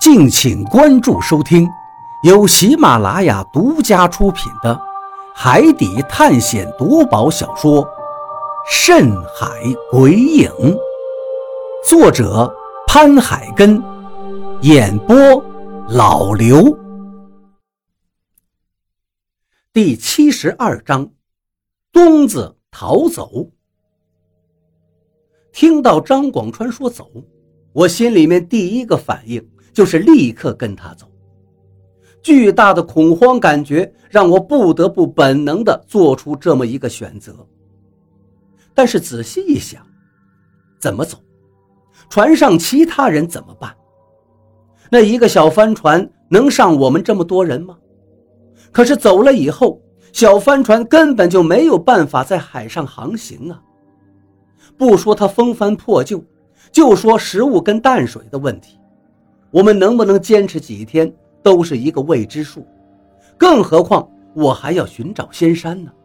敬请关注收听，由喜马拉雅独家出品的海底探险夺宝小说《深海鬼影》，作者潘海根，演播老刘。第72章，东子逃走。听到张广川说走，我心里面第一个反应就是立刻跟他走。巨大的恐慌感觉让我不得不本能地做出这么一个选择。但是仔细一想，怎么走？船上其他人怎么办？那一个小帆船能上我们这么多人吗？可是走了以后，小帆船根本就没有办法在海上航行啊。不说它风帆破旧，就说食物跟淡水的问题，我们能不能坚持几天都是一个未知数，更何况我还要寻找仙山呢。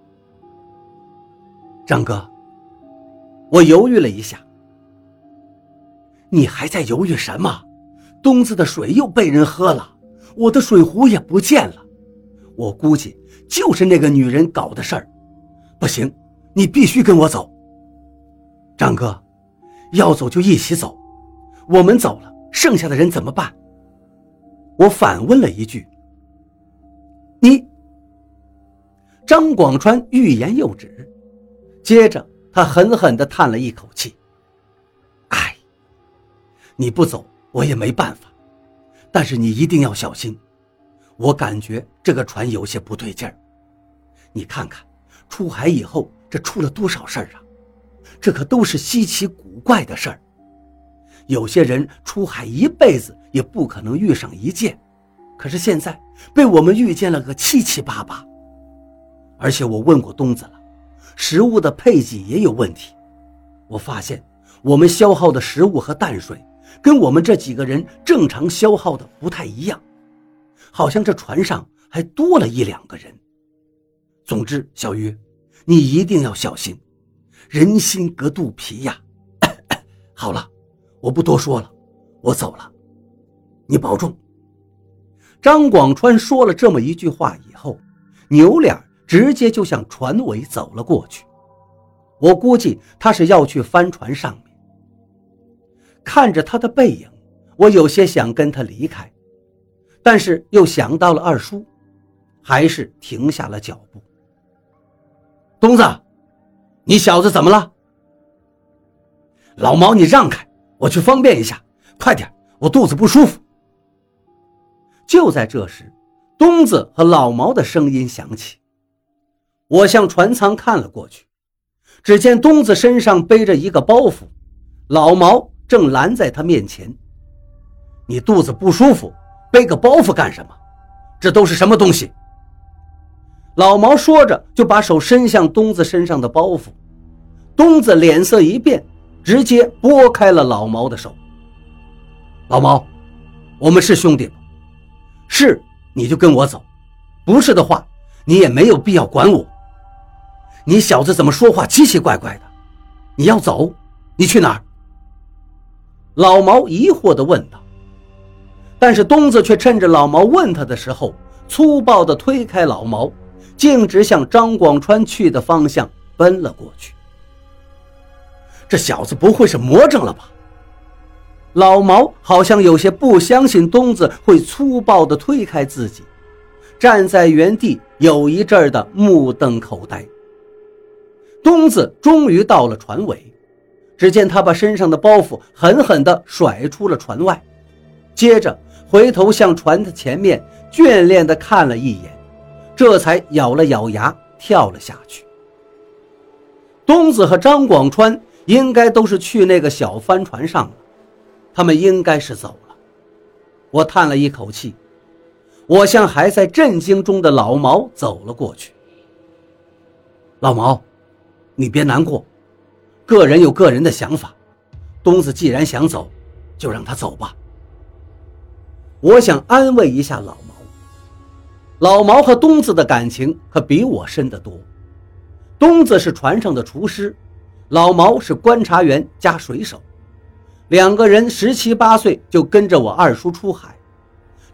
张哥，我犹豫了一下。你还在犹豫什么？东子的水又被人喝了，我的水壶也不见了，我估计就是那个女人搞的事儿。不行，你必须跟我走。张哥，要走就一起走，我们走了，剩下的人怎么办？我反问了一句。你？张广川欲言又止，接着他狠狠地叹了一口气。哎，你不走我也没办法，但是你一定要小心，我感觉这个船有些不对劲儿。你看看出海以后这出了多少事儿啊，这可都是稀奇古怪的事儿。有些人出海一辈子也不可能遇上一件，可是现在被我们遇见了个七七八八。而且我问过东子了，食物的配给也有问题。我发现我们消耗的食物和淡水跟我们这几个人正常消耗的不太一样，好像这船上还多了一两个人。总之小鱼，你一定要小心，人心隔肚皮呀。好了，我不多说了，我走了，你保重。张广川说了这么一句话以后，扭脸直接就向船尾走了过去。我估计他是要去帆船上面。看着他的背影，我有些想跟他离开，但是又想到了二叔，还是停下了脚步。东子，你小子怎么了？老毛，你让开，我去方便一下，快点，我肚子不舒服。就在这时，东子和老毛的声音响起。我向船舱看了过去，只见东子身上背着一个包袱，老毛正拦在他面前。你肚子不舒服，背个包袱干什么？这都是什么东西？老毛说着就把手伸向东子身上的包袱。东子脸色一变，直接拨开了老毛的手。老毛，我们是兄弟吗？是你就跟我走，不是的话你也没有必要管我。你小子怎么说话奇奇怪怪的？你要走？你去哪儿？老毛疑惑地问道。但是东子却趁着老毛问他的时候，粗暴地推开老毛，径直向张广川去的方向奔了过去。这小子不会是魔怔了吧？老毛好像有些不相信东子会粗暴地推开自己，站在原地有一阵的目瞪口呆。东子终于到了船尾，只见他把身上的包袱狠狠地甩出了船外，接着回头向船的前面眷恋地看了一眼，这才咬了咬牙跳了下去。东子和张广川应该都是去那个小帆船上了，他们应该是走了。我叹了一口气，我向还在震惊中的老毛走了过去。老毛，你别难过，个人有个人的想法，东子既然想走，就让他走吧。我想安慰一下老毛。老毛和东子的感情可比我深得多。东子是船上的厨师，老毛是观察员加水手，两个人17、18岁就跟着我二叔出海，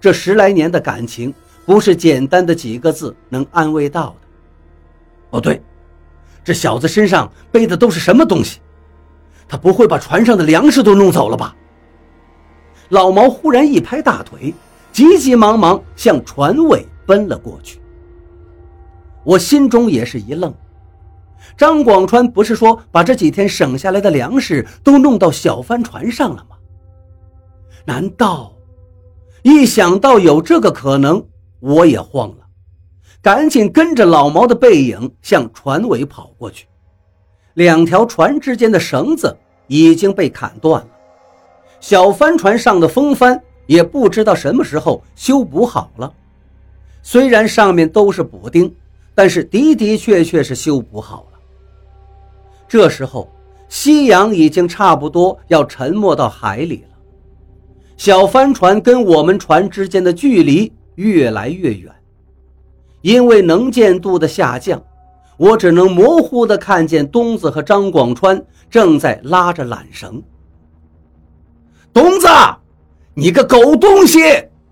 这10来年的感情不是简单的几个字能安慰到的。不对，这小子身上背的都是什么东西？他不会把船上的粮食都弄走了吧？老毛忽然一拍大腿，急急忙忙向船尾奔了过去。我心中也是一愣，张广川不是说把这几天省下来的粮食都弄到小帆船上了吗？难道……一想到有这个可能，我也慌了，赶紧跟着老毛的背影向船尾跑过去。2条船之间的绳子已经被砍断了，小帆船上的风帆也不知道什么时候修补好了。虽然上面都是补丁，但是的的确确是修补好了。这时候夕阳已经差不多要沉没到海里了，小帆船跟我们船之间的距离越来越远。因为能见度的下降，我只能模糊地看见东子和张广川正在拉着缆绳。东子，你个狗东西！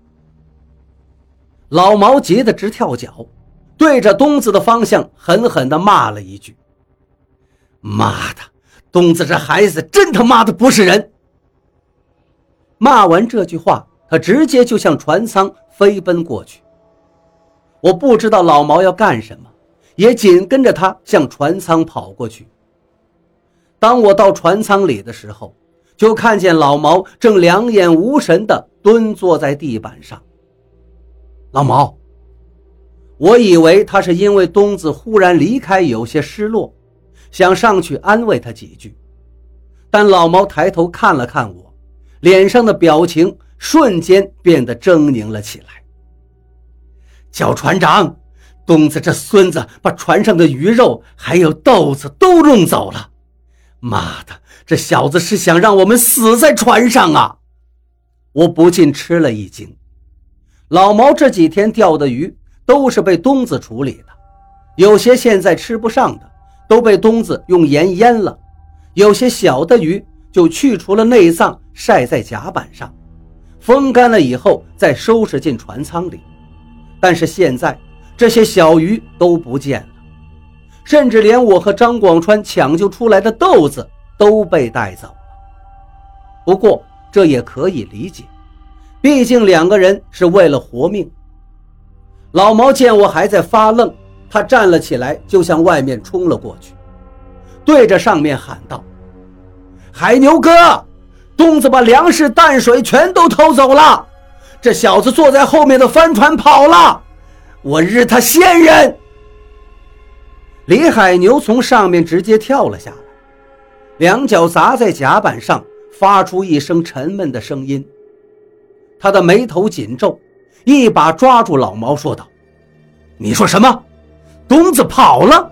老毛急得直跳脚，对着东子的方向狠狠地骂了一句。妈的，东子这孩子真他妈的不是人！骂完这句话，他直接就向船舱飞奔过去。我不知道老毛要干什么，也紧跟着他向船舱跑过去。当我到船舱里的时候，就看见老毛正两眼无神地蹲坐在地板上。老毛，我以为他是因为东子忽然离开有些失落，想上去安慰他几句，但老毛抬头看了看我，脸上的表情瞬间变得狰狞了起来。叫船长，东子这孙子把船上的鱼肉还有豆子都弄走了，妈的，这小子是想让我们死在船上啊！我不禁吃了一惊。老毛这几天钓的鱼都是被东子处理的，有些现在吃不上的都被东子用盐腌了，有些小的鱼就去除了内脏，晒在甲板上，风干了以后再收拾进船舱里。但是现在这些小鱼都不见了，甚至连我和张广川抢救出来的豆子都被带走了。不过这也可以理解，毕竟2个人是为了活命。老毛见我还在发愣，他站了起来，就向外面冲了过去，对着上面喊道：海牛哥，东子把粮食淡水全都偷走了，这小子坐在后面的帆船跑了，我日他仙人！李海牛从上面直接跳了下来，2脚砸在甲板上，发出一声沉闷的声音。他的眉头紧皱，一把抓住老毛说道：你说什么？东子跑了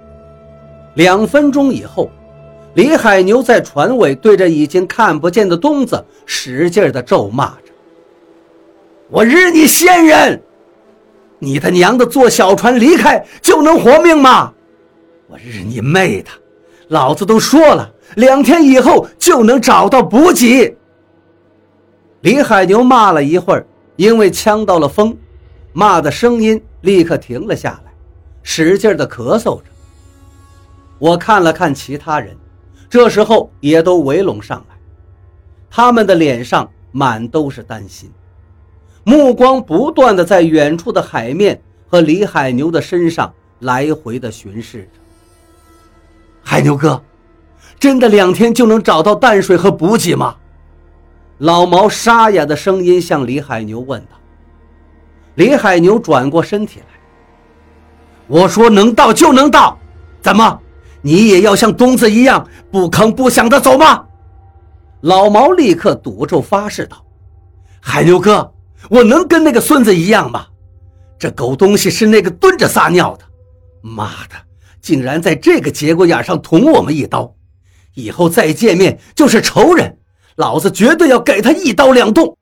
？2分钟以后，李海牛在船尾对着已经看不见的东子使劲地咒骂着：我日你仙人！你他娘的坐小船离开就能活命吗？我日你妹的！老子都说了，2天以后就能找到补给。李海牛骂了一会儿，因为呛到了风，骂的声音立刻停了下来，使劲地咳嗽着。我看了看其他人，这时候也都围拢上来，他们的脸上满都是担心，目光不断地在远处的海面和李海牛的身上来回地巡视着。海牛哥，真的2天就能找到淡水和补给吗？老毛沙哑的声音向李海牛问道。李海牛转过身体来，我说能到就能到，怎么你也要像东子一样不吭不响的走吗？老毛立刻赌咒发誓道：海牛哥，我能跟那个孙子一样吗？这狗东西是那个蹲着撒尿的，妈的，竟然在这个节骨眼上捅我们一刀，以后再见面就是仇人，老子绝对要给他1刀2洞。